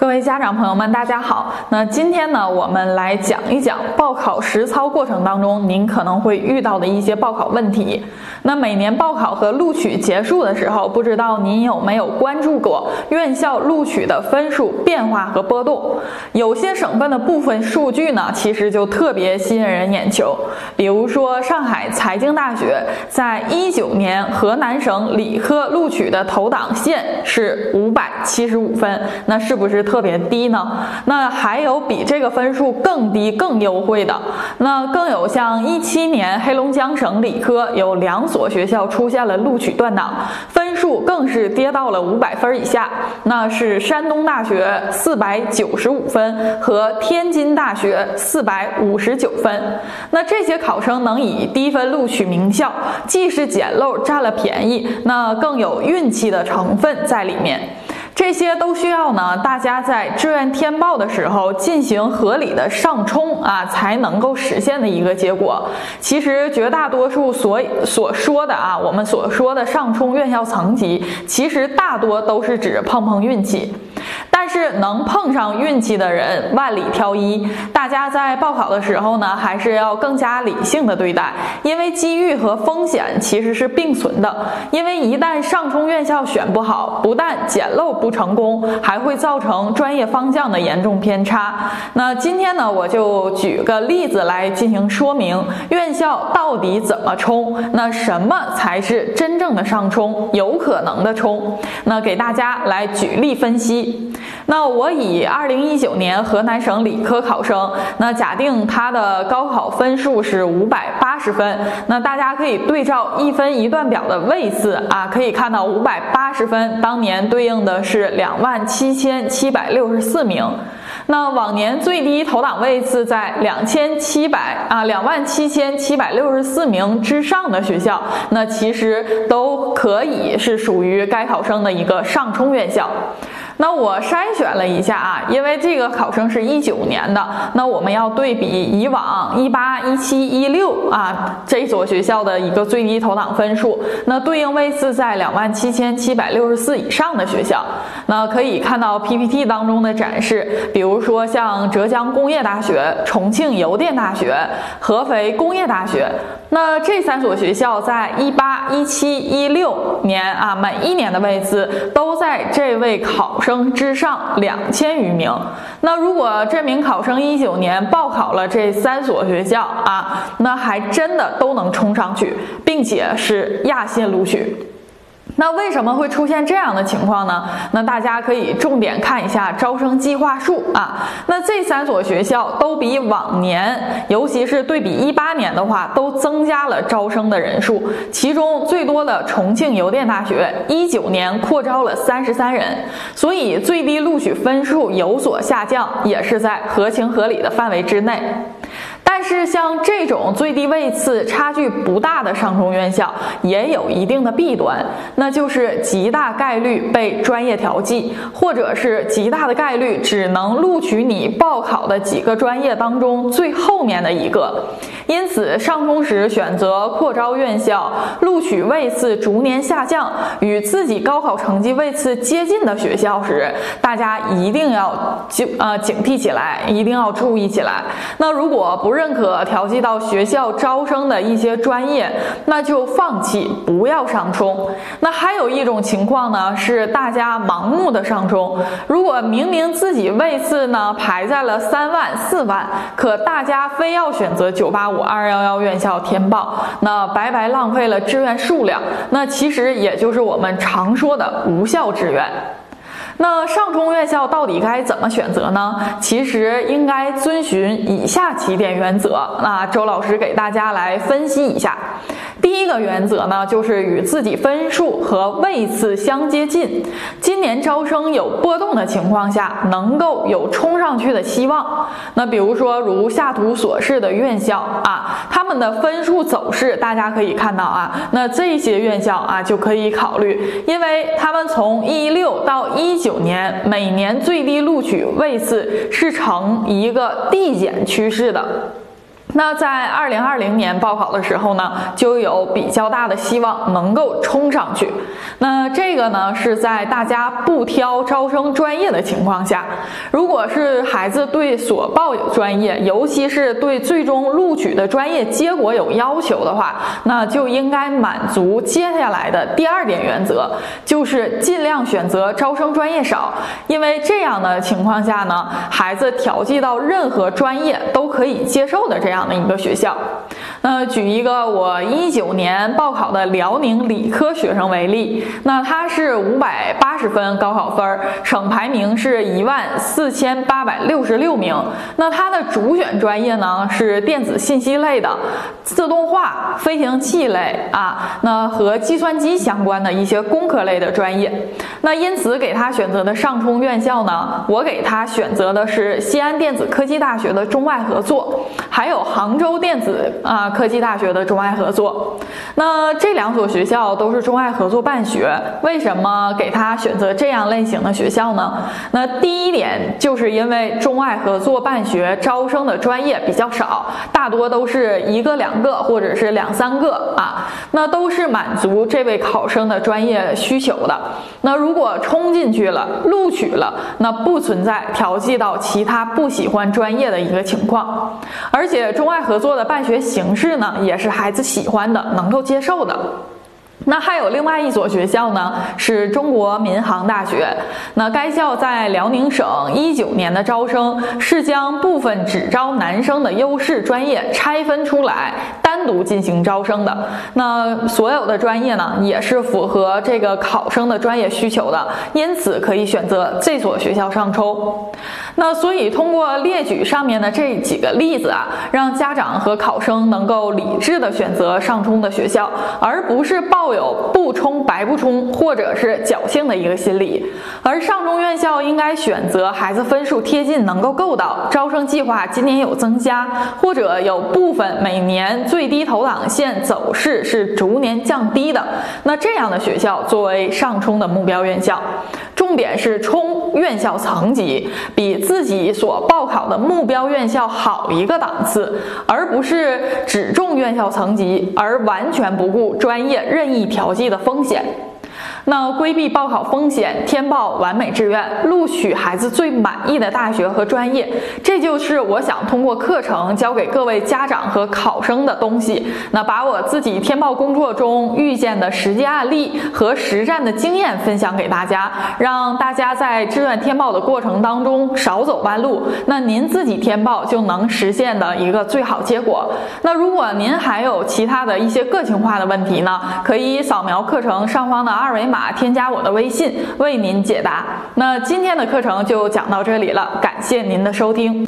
各位家长朋友们，大家好。那今天呢，我们来讲一讲报考实操过程当中您可能会遇到的一些报考问题。那每年报考和录取结束的时候，不知道您有没有关注过院校录取的分数变化和波动？有些省份的部分数据呢，其实就特别吸引人眼球。比如说上海财经大学在19年河南省理科录取的投档线是575分，那是不是特别低呢？那还有比这个分数更低更优惠的，那更有像17年黑龙江省理科有2所学校出现了录取断档，分数更是跌到了500分以下，那是山东大学495分和天津大学459分。那这些考生能以低分录取名校，既是捡漏占了便宜，那更有运气的成分在里面。这些都需要呢，大家在志愿填报的时候进行合理的上冲才能够实现的一个结果。其实绝大多数所说的我们所说的上冲院校层级，其实大多都是指碰碰运气。但是能碰上运气的人万里挑一，大家在报考的时候呢，还是要更加理性的对待，因为机遇和风险其实是并存的。因为一旦上冲院校选不好，不但捡漏不成功，还会造成专业方向的严重偏差。那今天呢，我就举个例子来进行说明，院校到底怎么冲，那什么才是真正的上冲，有可能的冲。那给大家来举例分析。那我以2019年河南省理科考生，那假定他的高考分数是580分，那大家可以对照1分1段表的位次可以看到580分当年对应的是27764名。那往年最低投档位次在27764名之上的学校，那其实都可以是属于该考生的一个上冲院校。那我筛选了一下因为这个考生是19年的，那我们要对比以往18、17、16这所学校的一个最低投档分数，那对应位次在27764以上的学校。那可以看到 PPT 当中的展示，比如说像浙江工业大学、重庆邮电大学、合肥工业大学，那这3所学校在18、17、16年每一年的位次都在这位考生之上2000余名。那如果这名考生19年报考了这3所学校那还真的都能冲上去，并且是亚线录取。那为什么会出现这样的情况呢？那大家可以重点看一下招生计划数那这3所学校都比往年，尤其是对比18年的话，都增加了招生的人数。其中最多的重庆邮电大学19年扩招了33人，所以最低录取分数有所下降，也是在合情合理的范围之内。但是像这种最低位次差距不大的上冲院校也有一定的弊端，那就是极大概率被专业调剂，或者是极大的概率只能录取你报考的几个专业当中最后面的一个。因此上冲时选择扩招院校，录取位次逐年下降，与自己高考成绩位次接近的学校时，大家一定要警惕起来，一定要注意起来。那如果不认可调剂到学校招生的一些专业，那就放弃，不要上冲。那还有一种情况呢，是大家盲目的上冲。如果明明自己位次呢排在了3万、4万，可大家非要选择985、211院校填报，那白白浪费了志愿数量，那其实也就是我们常说的无效志愿。那上冲院校到底该怎么选择呢？其实应该遵循以下几点原则，那周老师给大家来分析一下。第一个原则呢，就是与自己分数和位次相接近，今年招生有波动的情况下，能够有冲上去的希望。那比如说如下图所示的院校他们的分数走势大家可以看到那这些院校就可以考虑，因为他们从16到19年每年最低录取位次是呈一个递减趋势的。 那在2020年报考的时候呢，就有比较大的希望能够冲上去。那这个呢，是在大家不挑招生专业的情况下，如果是孩子对所报专业，尤其是对最终录取的专业结果有要求的话，那就应该满足接下来的第2点原则，就是尽量选择招生专业少，因为这样的情况下呢，孩子调剂到任何专业都可以接受的这样的一个学校。那举一个我19年报考的辽宁理科学生为例，那他是580分高考分，省排名是14866名。那他的主选专业呢是电子信息类的、自动化、飞行器类那和计算机相关的一些工科类的专业。那因此给他选择的上冲院校呢，我给他选择的是西安电子科技大学的中外合作，还有杭州电子科技大学的中外合作。那这2所学校都是中外合作办学，为什么给他选择这样类型的学校呢？那第一点就是因为中外合作办学招生的专业比较少，大多都是1个2个或者是2、3个那都是满足这位考生的专业需求的。那如果冲进去了，录取了，那不存在调剂到其他不喜欢专业的一个情况。而且中外合作的办学形式呢，也是孩子喜欢的，能够接受的。那还有另外一所学校呢，是中国民航大学。那该校在辽宁省19年的招生是将部分只招男生的优势专业拆分出来，单独进行招生的。那所有的专业呢，也是符合这个考生的专业需求的，因此可以选择这所学校上冲。那所以通过列举上面的这几个例子让家长和考生能够理智的选择上冲的学校，而不是抱有不冲白不冲或者是侥幸的一个心理。而上冲院校应该选择孩子分数贴近能够够到，招生计划今年有增加，或者有部分每年最低投档线走势是逐年降低的，那这样的学校作为上冲的目标院校。重点是冲院校层级比自己所报考的目标院校好一个档次，而不是只重院校层级而完全不顾专业任意调剂的风险。那规避报考风险，填报完美志愿，录取孩子最满意的大学和专业，这就是我想通过课程教给各位家长和考生的东西。那把我自己填报工作中遇见的实际案例和实战的经验分享给大家，让大家在志愿填报的过程当中少走弯路，那您自己填报就能实现的一个最好结果。那如果您还有其他的一些个性化的问题呢，可以扫描课程上方的2维码添加我的微信为您解答。那今天的课程就讲到这里了，感谢您的收听。